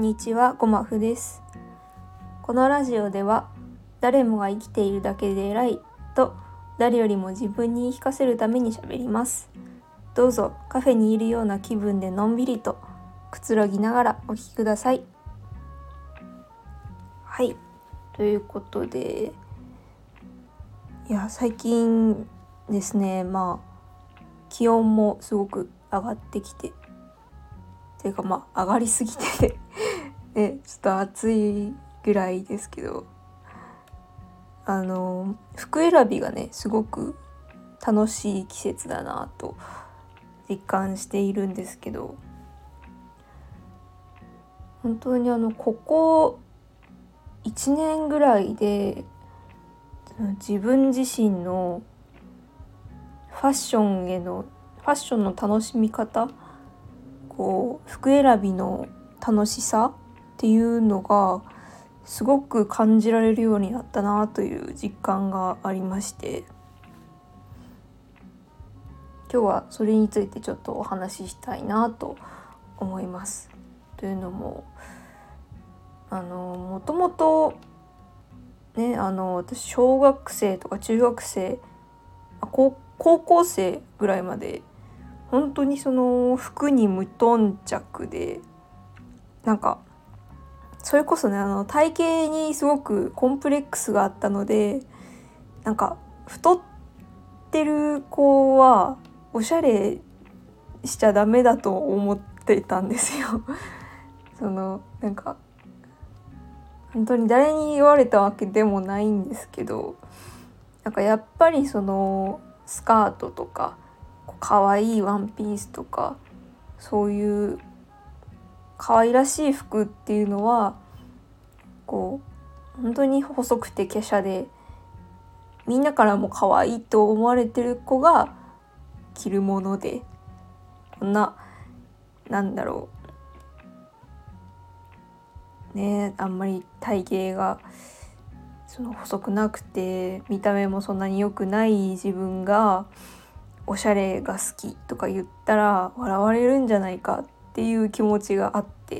にちは、ごまふです。このラジオでは、誰もが生きているだけで偉いと、誰よりも自分に言い聞かせるために喋ります。どうぞカフェにいるような気分でのんびりとくつろぎながらお聞きください。はい、ということで、最近ですね、気温もすごく上がってきて、ていうか上がりすぎてね、ちょっと暑いぐらいですけど、服選びがねすごく楽しい季節だなと実感しているんですけど、本当にここ1年ぐらいで自分自身のファッションの楽しみ方、服選びの楽しさっていうのがすごく感じられるようになったなという実感がありまして、今日はそれについてちょっとお話ししたいなと思います。というのももともとね、私小学生とか中学生、高校生ぐらいまで本当にその服に無頓着で、それこそね体型にすごくコンプレックスがあったので、太ってる子はおしゃれしちゃダメだと思っていたんですよ本当に誰に言われたわけでもないんですけど、やっぱりそのスカートとか可愛いワンピースとかそういう可愛らしい服っていうのは本当に細くて華奢でみんなからも可愛いと思われてる子が着るもので、こんなあんまり体型が細くなくて見た目もそんなに良くない自分がおしゃれが好きとか言ったら笑われるんじゃないかっていう気持ちがあって、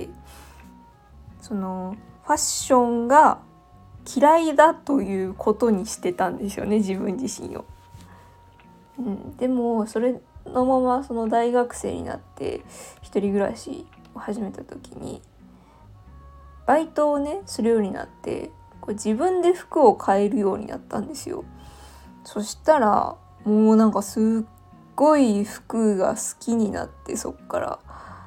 ファッションが嫌いだということにしてたんですよね、自分自身を。でもそれのままその大学生になって一人暮らしを始めた時にバイトをねするようになって、自分で服を買えるようになったんですよ。そしたらもうすっごい服が好きになって、そっから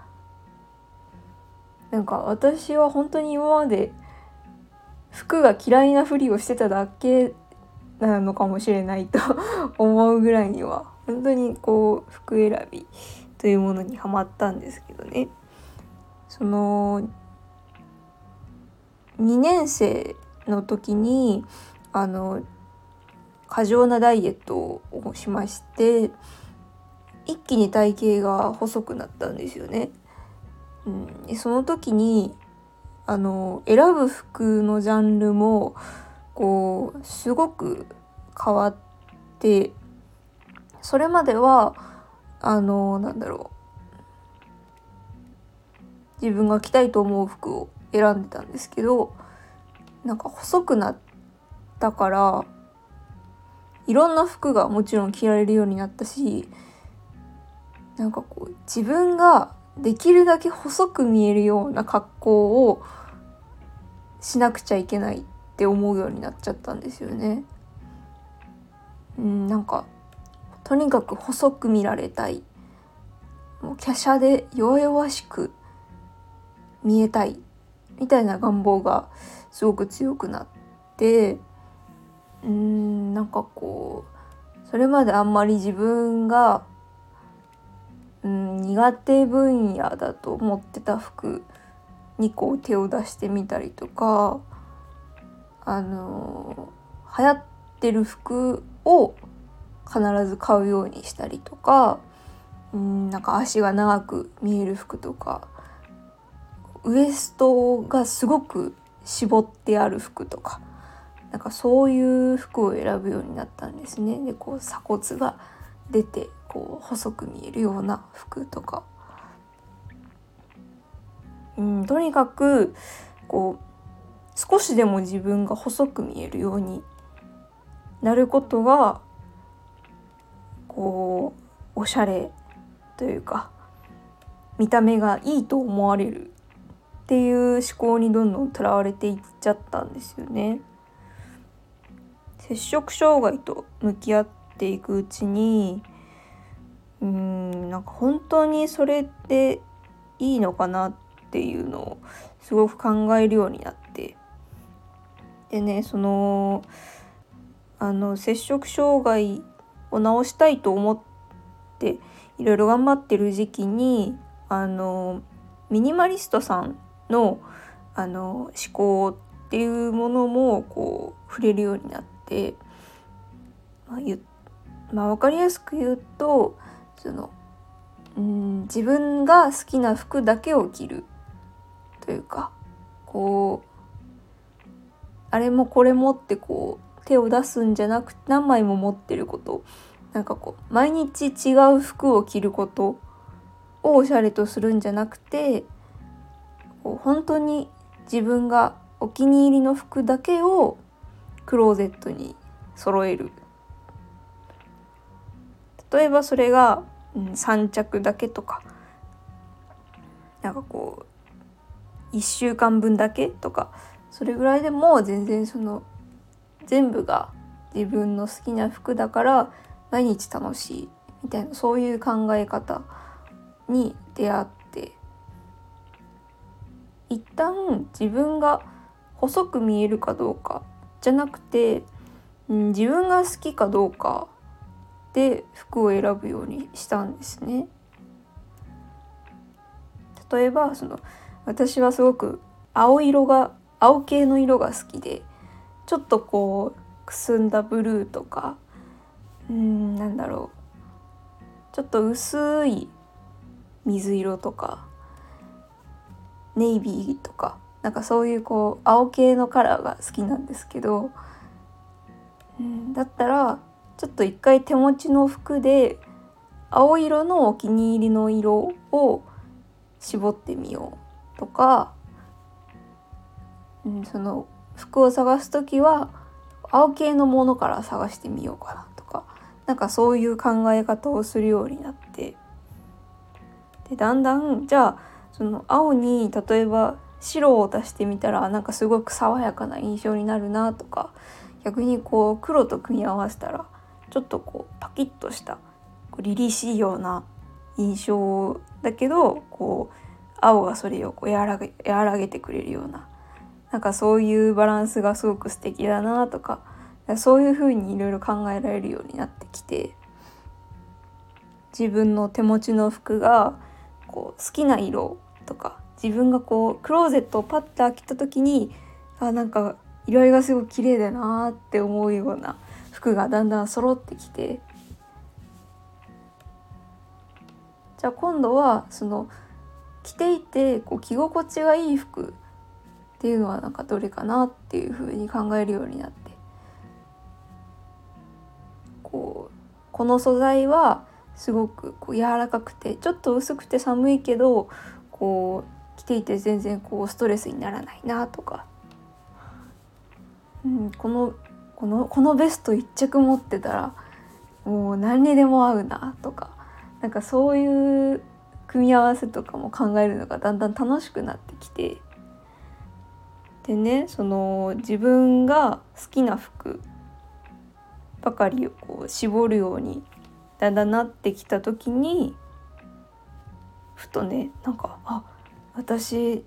私は本当に今まで服が嫌いなふりをしてただけなのかもしれないと思うぐらいには本当に服選びというものにハマったんですけどね。その2年生の時に過剰なダイエットをしまして、一気に体型が細くなったんですよね。でその時に選ぶ服のジャンルもすごく変わって、それまでは自分が着たいと思う服を選んでたんですけど、細くなったからいろんな服がもちろん着られるようになったし、自分ができるだけ細く見えるような格好をしなくちゃいけないって思うようになっちゃったんですよね。とにかく細く見られたい、もう華奢で弱々しく見えたいみたいな願望がすごく強くなって、それまであんまり自分が苦手分野だと思ってた服に手を出してみたりとか、流行ってる服を必ず買うようにしたりとか、足が長く見える服とか、ウエストがすごく絞ってある服とか、そういう服を選ぶようになったんですね。で鎖骨が出て細く見えるような服とか、 とにかくこう少しでも自分が細く見えるようになることがこうおしゃれというか見た目がいいと思われるっていう思考にどんどんとらわれていっちゃったんですよね。摂食障害と向き合っていくうちになんか本当にそれっていいのかなっていうのをすごく考えるようになって、でね摂食障害を治したいと思っていろいろ頑張ってる時期にミニマリストさんの思考っていうものもこう触れるようになって、分かりやすく言うと自分が好きな服だけを着るというか、こうあれもこれもってこう手を出すんじゃなくて、何枚も持ってること、なんかこう毎日違う服を着ることをおしゃれとするんじゃなくて、こう本当に自分がお気に入りの服だけをクローゼットに揃える。例えばそれが、3着だけとか、なんかこう1週間分だけとか、それぐらいでも全然全部が自分の好きな服だから毎日楽しいみたいな、そういう考え方に出会って、一旦自分が細く見えるかどうかじゃなくて、自分が好きかどうかで服を選ぶようにしたんですね。例えば私はすごく青系の色が好きで、ちょっとこうくすんだブルーとか、ちょっと薄い水色とかネイビーとか、なんかそういうこう青系のカラーが好きなんですけど、だったらちょっと一回手持ちの服で青色のお気に入りの色を絞ってみようとか、その服を探すときは青系のものから探してみようかなとか、なんかそういう考え方をするようになって、でだんだんじゃあその青に例えば白を足してみたらなんかすごく爽やかな印象になるなとか、逆にこう黒と組み合わせたらちょっとこうパキッとした凛々しいような印象だけど、こう青がそれをこう和らげてくれるような、なんかそういうバランスがすごく素敵だなとか、そういう風にいろいろ考えられるようになってきて、自分の手持ちの服がこう好きな色とか、自分がこうクローゼットをパッと開けた時になんか色合いがすごく綺麗だなって思うような服がだんだん揃ってきて、じゃあ今度は着ていてこう着心地がいい服っていうのはなんかどれかなっていう風に考えるようになって、この素材はすごくこう柔らかくてちょっと薄くて寒いけど、こう着ていて全然こうストレスにならないなとか、このベスト1着持ってたらもう何にでも合うなとか、なんかそういう組み合わせとかも考えるのがだんだん楽しくなってきて、でね自分が好きな服ばかりをこう絞るようにだんだんなってきた時に、ふとねなんか私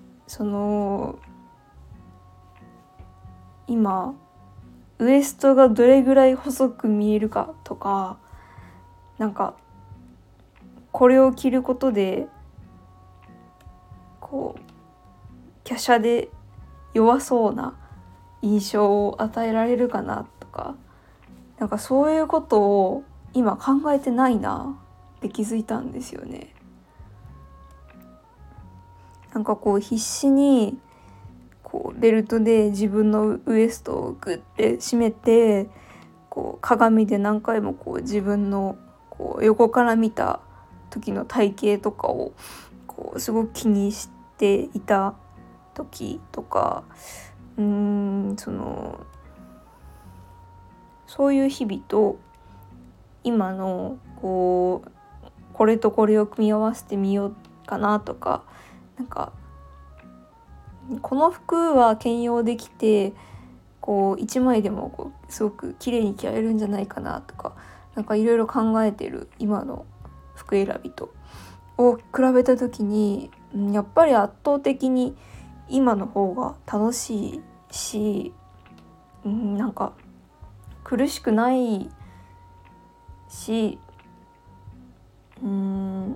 今ウエストがどれぐらい細く見えるかとか、なんかこれを着ることでこう華奢で弱そうな印象を与えられるかなとか、なんかそういうことを今考えてないなって気づいたんですよね。なんかこう必死にこうベルトで自分のウエストをグッて締めて、こう鏡で何回もこう自分のこう横から見た時の体型とかをこうすごく気にししていた時とか、そういう日々と今のこれとこれを組み合わせてみようかなとか、なんかこの服は兼用できて1枚でもすごく綺麗に着られるんじゃないかなとか、なんかいろいろ考えてる今の服選びを比べた時に、やっぱり圧倒的に今の方が楽しいし、なんか苦しくないし、も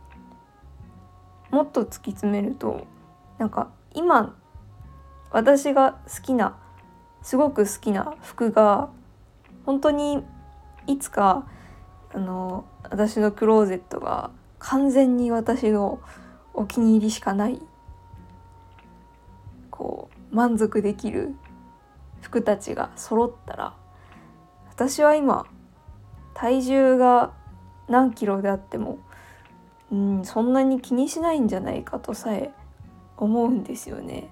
っと突き詰めると、なんか今私がすごく好きな服が本当にいつか私のクローゼットが完全に私のお気に入りしかない満足できる服たちが揃ったら、私は今体重が何キロであってもそんなに気にしないんじゃないかとさえ思うんですよね。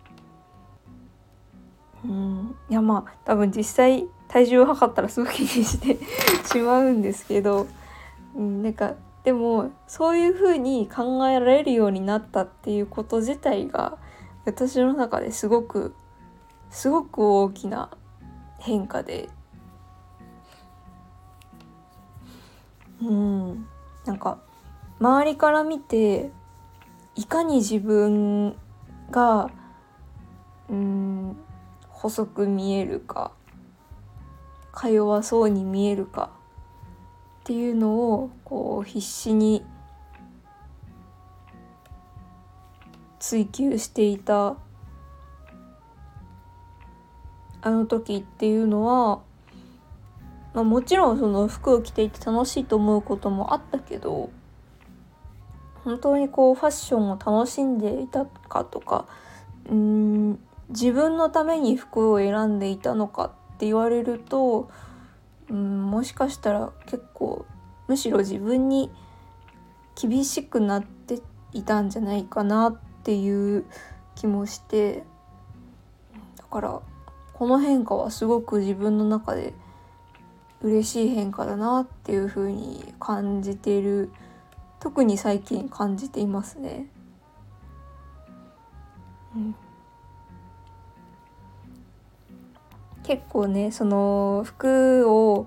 いや多分実際体重を測ったらすごく気にしてしまうんですけど、なんかでもそういう風に考えられるようになったっていうこと自体が私の中ですごく大きな変化で、なんか周りから見ていかに自分が細く見えるか、か弱そうに見えるかっていうのを必死に追求していたあの時っていうのは、もちろんその服を着ていて楽しいと思うこともあったけど、本当にファッションを楽しんでいたかとか、自分のために服を選んでいたのかって言われると、もしかしたら結構むしろ自分に厳しくなっていたんじゃないかなっていう気もして、だからこの変化はすごく自分の中で嬉しい変化だなっていう風に感じている、特に最近感じていますね。結構ね、その服を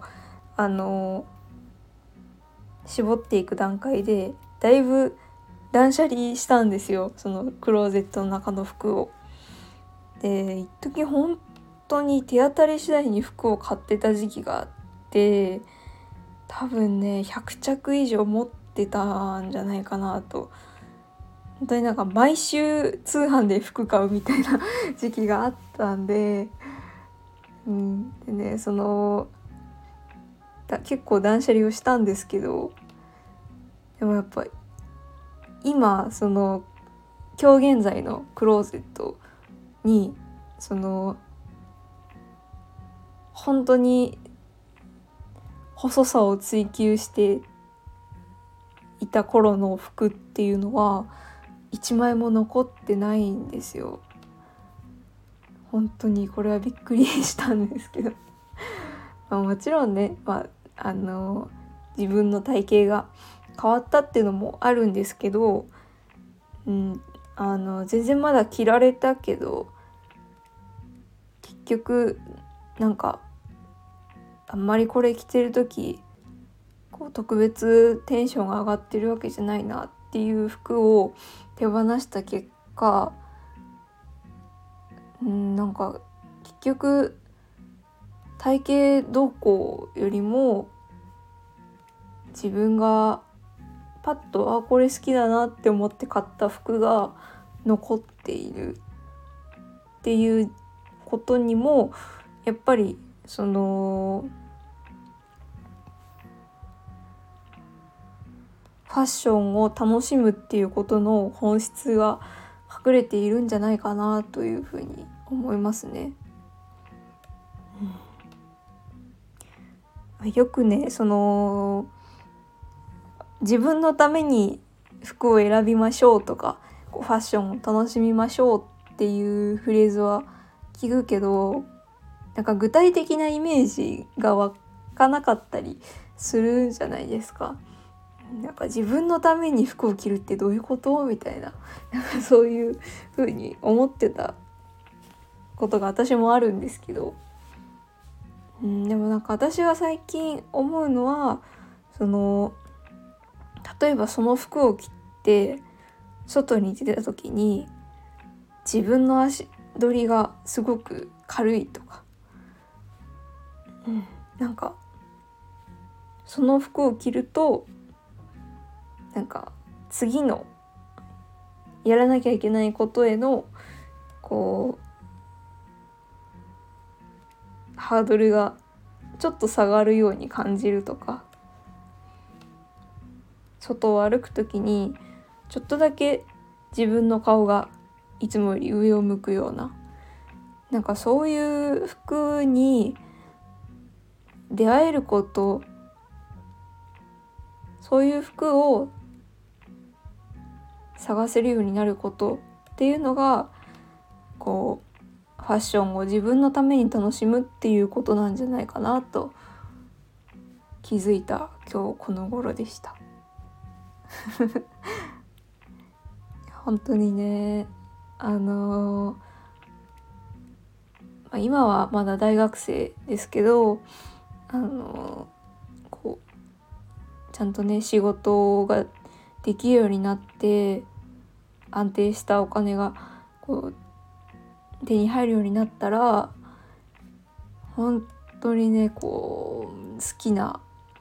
絞っていく段階でだいぶ断捨離したんですよ、そのクローゼットの中の服を。で一時本当に手当たり次第に服を買ってた時期があって、多分ね100着以上持ってたんじゃないかなと。本当になんか毎週通販で服買うみたいな時期があったんで、でね結構断捨離をしたんですけど、でもやっぱ今今日現在のクローゼットに本当に細さを追求していた頃の服っていうのは一枚も残ってないんですよ。本当にこれはびっくりしたんですけどもちろんね、自分の体型が変わったっていうのもあるんですけど、全然まだ着られたけど、結局なんかあんまりこれ着てる時特別テンションが上がってるわけじゃないなっていう服を手放した結果、なんか結局体型動向よりも自分がパッとこれ好きだなって思って買った服が残っているっていうことにもやっぱりファッションを楽しむっていうことの本質が隠れているんじゃないかなというふうに思いますね。よくね自分のために服を選びましょうとかファッションを楽しみましょうっていうフレーズは聞くけど、なんか具体的なイメージが湧かなかったりするじゃないですか。なんか自分のために服を着るってどういうことみたいな、なんかそういう風に思ってたことが私もあるんですけど、でもなんか私は最近思うのは、例えばその服を着て外に出た時に自分の足取りがすごく軽いとか、なんかその服を着るとなんか次のやらなきゃいけないことへのハードルがちょっと下がるように感じるとか、外を歩くときにちょっとだけ自分の顔がいつもより上を向くような、なんかそういう服に出会えること、そういう服を探せるようになることっていうのがファッションを自分のために楽しむっていうことなんじゃないかなと気づいた今日この頃でした。本当にね、今はまだ大学生ですけど、ちゃんとね仕事ができるようになって安定したお金が手に入るようになったら、本当にね好きな、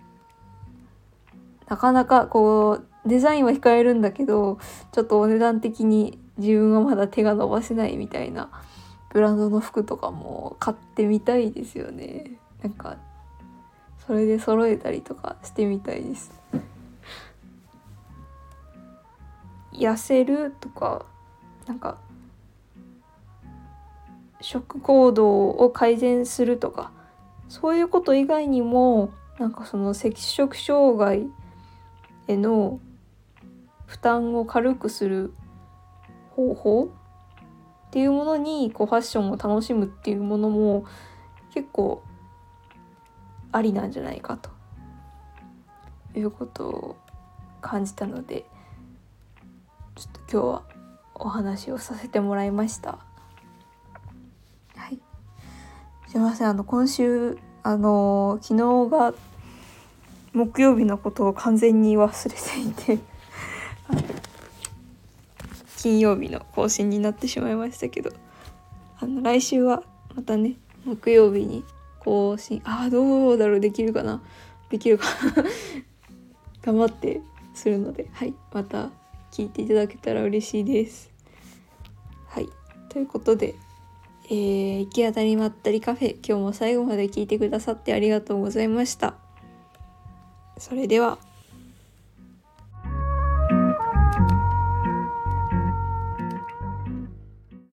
なかなかデザインは控えるんだけどちょっとお値段的に自分はまだ手が伸ばせないみたいなブランドの服とかも買ってみたいですよね。なんかそれで揃えたりとかしてみたいです。痩せるとか、なんか食行動を改善するとか、そういうこと以外にもなんかその摂食障害への負担を軽くする方法っていうものにファッションを楽しむっていうものも結構ありなんじゃないかということを感じたので、ちょっと今日はお話をさせてもらいました。はい、すいません。今週昨日が木曜日のことを完全に忘れていて金曜日の更新になってしまいましたけど、来週はまたね木曜日に更新、どうだろう、できるかな頑張ってするので、はい、また聞いていただけたら嬉しいです。はい、ということで、行き当たりまったりカフェ、今日も最後まで聞いてくださってありがとうございました。それでは。